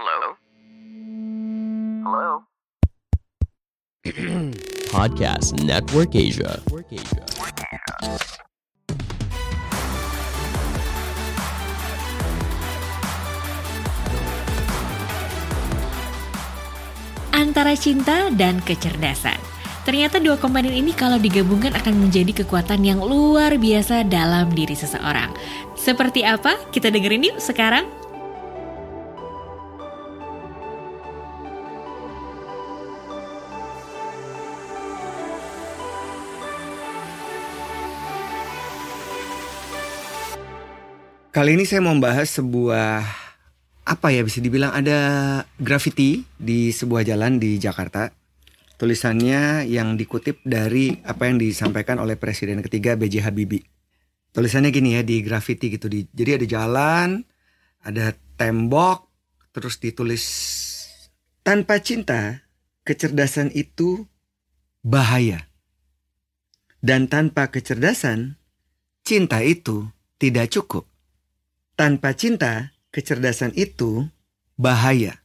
Hello? Hello? Podcast Network Asia. Antara cinta dan kecerdasan. Ternyata dua komponen ini kalau digabungkan akan menjadi kekuatan yang luar biasa dalam diri seseorang. Seperti apa? Kita dengerin yuk sekarang. Kali ini saya mau membahas sebuah, bisa dibilang ada graffiti di sebuah jalan di Jakarta. Tulisannya yang dikutip dari apa yang disampaikan oleh Presiden ketiga B.J. Habibie. Tulisannya gini ya, di graffiti gitu. Jadi ada jalan, ada tembok, terus ditulis, tanpa cinta, kecerdasan itu bahaya. Dan tanpa kecerdasan, cinta itu tidak cukup. Tanpa cinta, kecerdasan itu bahaya.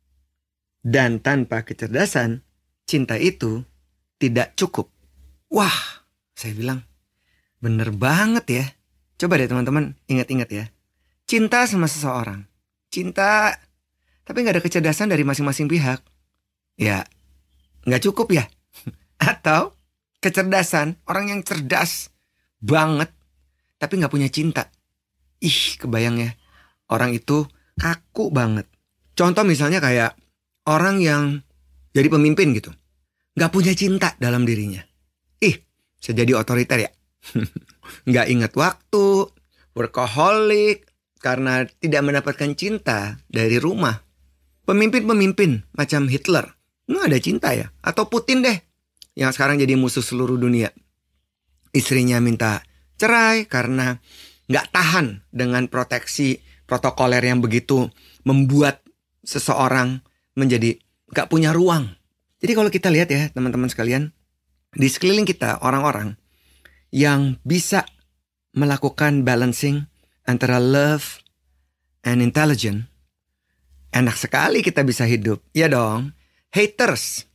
Dan tanpa kecerdasan, cinta itu tidak cukup. Wah, saya bilang, bener banget ya. Coba deh teman-teman, ingat-ingat ya. Cinta sama seseorang. Cinta, tapi gak ada kecerdasan dari masing-masing pihak. Ya, gak cukup ya. Atau kecerdasan, orang yang cerdas banget, tapi gak punya cinta. Ih, kebayang ya. Orang itu kaku banget. Contoh misalnya kayak orang yang jadi pemimpin gitu. Gak punya cinta dalam dirinya. Ih, bisa jadi otoriter ya. Gak ingat waktu, workaholic, karena tidak mendapatkan cinta dari rumah. Pemimpin-pemimpin macam Hitler, gak ada cinta ya. Atau Putin deh, yang sekarang jadi musuh seluruh dunia. Istrinya minta cerai karena gak tahan dengan proteksi protokoler yang begitu membuat seseorang menjadi gak punya ruang. Jadi kalau kita lihat ya teman-teman sekalian, di sekeliling kita orang-orang yang bisa melakukan balancing antara love and intelligence, enak sekali kita bisa hidup. Ya dong, haters.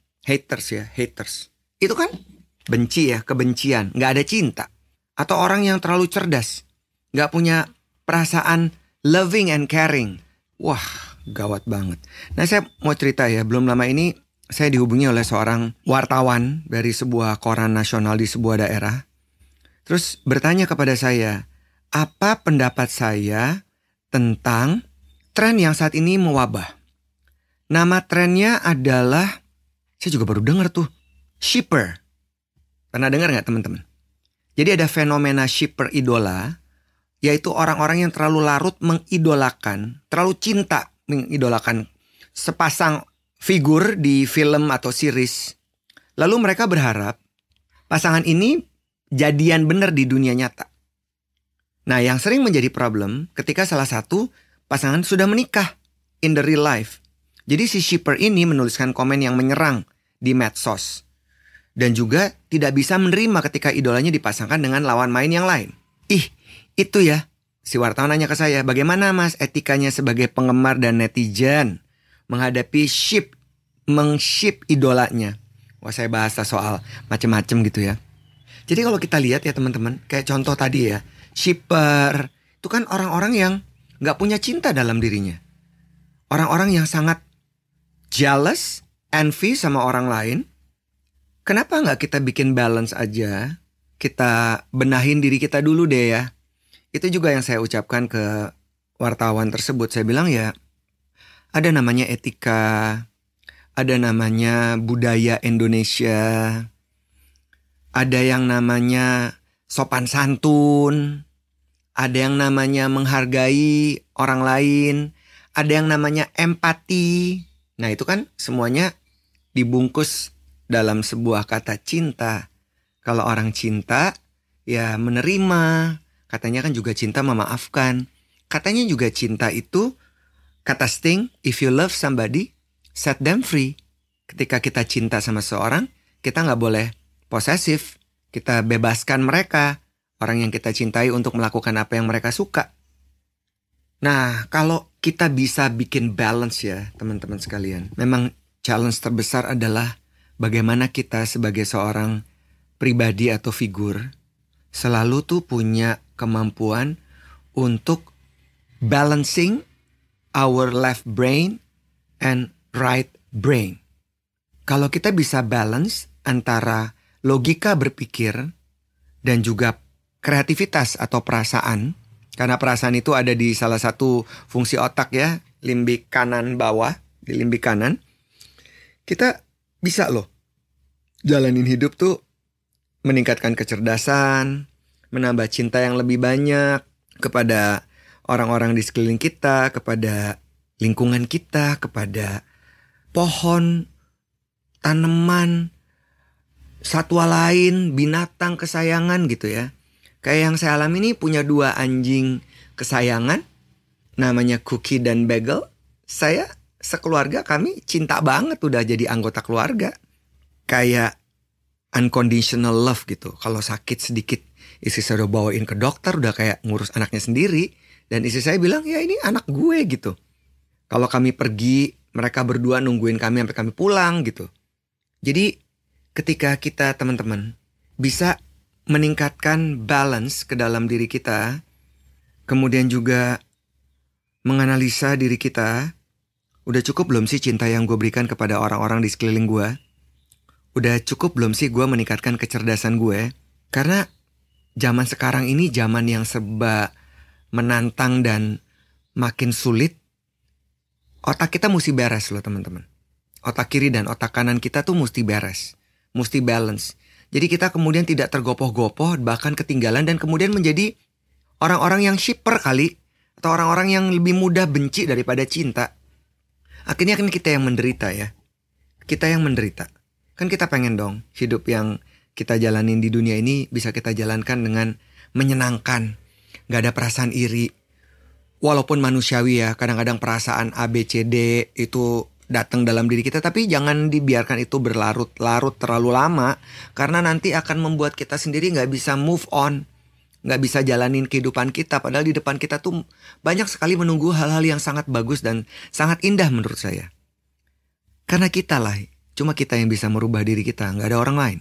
Itu kan benci ya, kebencian, gak ada cinta. Atau orang yang terlalu cerdas, gak punya perasaan loving and caring. Wah, gawat banget. Nah, saya mau cerita ya, belum lama ini saya dihubungi oleh seorang wartawan dari sebuah koran nasional di sebuah daerah. Terus bertanya kepada saya, apa pendapat saya tentang tren yang saat ini mewabah. Nama trennya adalah, saya juga baru dengar tuh, shipper. Pernah dengar gak teman-teman? Jadi ada fenomena shipper idola, yaitu orang-orang yang terlalu larut mengidolakan, terlalu cinta mengidolakan sepasang figur di film atau series. Lalu mereka berharap pasangan ini jadian benar di dunia nyata. Nah, yang sering menjadi problem ketika salah satu pasangan sudah menikah in the real life. Jadi si shipper ini menuliskan komen yang menyerang di medsos. Dan juga tidak bisa menerima ketika idolanya dipasangkan dengan lawan main yang lain. Ih, itu ya. Si wartawan nanya ke saya, bagaimana mas etikanya sebagai penggemar dan netizen menghadapi meng-ship idolanya. Wah, saya bahas soal macam-macam gitu ya. Jadi kalau kita lihat ya teman-teman, kayak contoh tadi ya, shipper itu kan orang-orang yang gak punya cinta dalam dirinya. Orang-orang yang sangat jealous, envy sama orang lain. Kenapa gak kita bikin balance aja? Kita benahin diri kita dulu deh ya. Itu juga yang saya ucapkan ke wartawan tersebut. Saya bilang ya, ada namanya etika, ada namanya budaya Indonesia, ada yang namanya sopan santun, ada yang namanya menghargai orang lain, ada yang namanya empati. Nah itu kan semuanya dibungkus dalam sebuah kata cinta. Kalau orang cinta ya menerima. Katanya kan juga cinta memaafkan. Katanya juga cinta itu, kata Sting, if you love somebody, set them free. Ketika kita cinta sama seorang, kita gak boleh posesif. Kita bebaskan mereka, orang yang kita cintai untuk melakukan apa yang mereka suka. Nah, kalau kita bisa bikin balance ya teman-teman sekalian. Memang challenge terbesar adalah bagaimana kita sebagai seorang pribadi atau figur selalu tuh punya kemampuan untuk balancing our left brain and right brain. Kalau kita bisa balance antara logika berpikir dan juga kreativitas atau perasaan, karena perasaan itu ada di salah satu fungsi otak ya, limbik kanan bawah, di limbik kanan. Kita bisa loh jalanin hidup tuh meningkatkan kecerdasan, menambah cinta yang lebih banyak kepada orang-orang di sekeliling kita, kepada lingkungan kita, kepada pohon, tanaman, satwa lain, binatang kesayangan gitu ya. Kayak yang saya alami ini punya 2 anjing kesayangan, namanya Cookie dan Bagel. Saya sekeluarga kami cinta banget udah jadi anggota keluarga. Kayak unconditional love gitu. Kalau sakit sedikit, istri saya udah bawain ke dokter, udah kayak ngurus anaknya sendiri. Dan istri saya bilang, ya ini anak gue gitu. Kalau kami pergi, mereka berdua nungguin kami sampai kami pulang gitu. Jadi ketika kita teman-teman bisa meningkatkan balance ke dalam diri kita, kemudian juga menganalisa diri kita, udah cukup belum sih cinta yang gue berikan kepada orang-orang di sekeliling gue? Udah cukup belum sih gue meningkatkan kecerdasan gue? Karena zaman sekarang ini zaman yang serba menantang dan makin sulit. Otak kita mesti beres loh teman-teman. Otak kiri dan otak kanan kita tuh mesti beres, mesti balance. Jadi kita kemudian tidak tergopoh-gopoh, bahkan ketinggalan dan kemudian menjadi orang-orang yang shipper kali. Atau orang-orang yang lebih mudah benci daripada cinta. Akhirnya kan kita yang menderita ya. Kita yang menderita. Kan kita pengen dong hidup yang kita jalanin di dunia ini bisa kita jalankan dengan menyenangkan. Gak ada perasaan iri. Walaupun manusiawi ya, kadang-kadang perasaan A, B, C, D itu datang dalam diri kita, tapi jangan dibiarkan itu berlarut-larut terlalu lama, karena nanti akan membuat kita sendiri gak bisa move on, gak bisa jalanin kehidupan kita, padahal di depan kita tuh banyak sekali menunggu hal-hal yang sangat bagus dan sangat indah menurut saya. Karena kita lah, cuma kita yang bisa merubah diri kita, gak ada orang lain.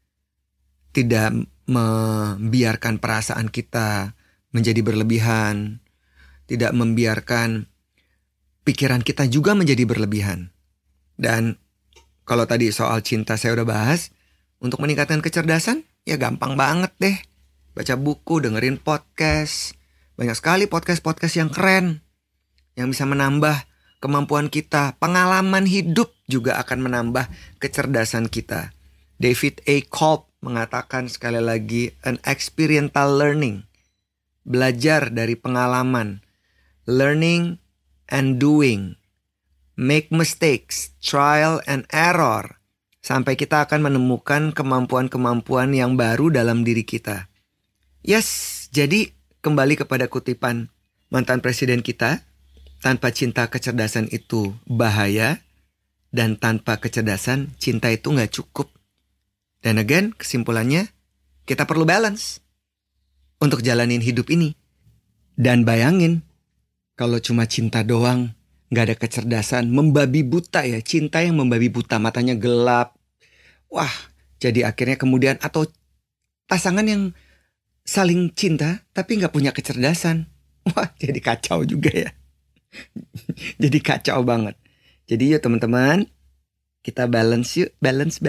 Tidak membiarkan perasaan kita menjadi berlebihan, tidak membiarkan pikiran kita juga menjadi berlebihan. Dan kalau tadi soal cinta saya udah bahas, untuk meningkatkan kecerdasan, ya gampang banget deh. Baca buku, dengerin podcast. Banyak sekali podcast-podcast yang keren, yang bisa menambah kemampuan kita. Pengalaman hidup juga akan menambah kecerdasan kita. David A. Kolb mengatakan sekali lagi, an experiential learning. Belajar dari pengalaman. Learning and doing, make mistakes, trial and error, sampai kita akan menemukan kemampuan-kemampuan yang baru dalam diri kita. Yes, jadi kembali kepada kutipan mantan presiden kita, tanpa cinta kecerdasan itu bahaya, dan tanpa kecerdasan cinta itu gak cukup. Dan again, kesimpulannya, kita perlu balance untuk jalanin hidup ini. Dan bayangin, kalau cuma cinta doang, gak ada kecerdasan, membabi buta ya. Cinta yang membabi buta, matanya gelap. Wah, jadi akhirnya kemudian, atau pasangan yang saling cinta tapi gak punya kecerdasan. Wah, jadi kacau juga ya. Jadi kacau banget. Jadi yuk teman-teman, kita balance yuk. Balance.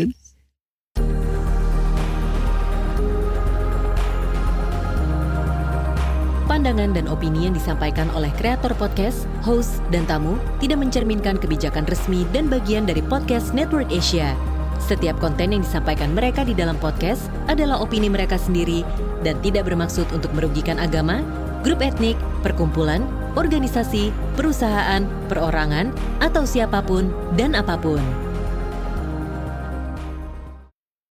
Pandangan dan opini yang disampaikan oleh kreator podcast, host, dan tamu tidak mencerminkan kebijakan resmi dan bagian dari podcast Network Asia. Setiap konten yang disampaikan mereka di dalam podcast adalah opini mereka sendiri dan tidak bermaksud untuk merugikan agama, grup etnik, perkumpulan, organisasi, perusahaan, perorangan, atau siapapun dan apapun.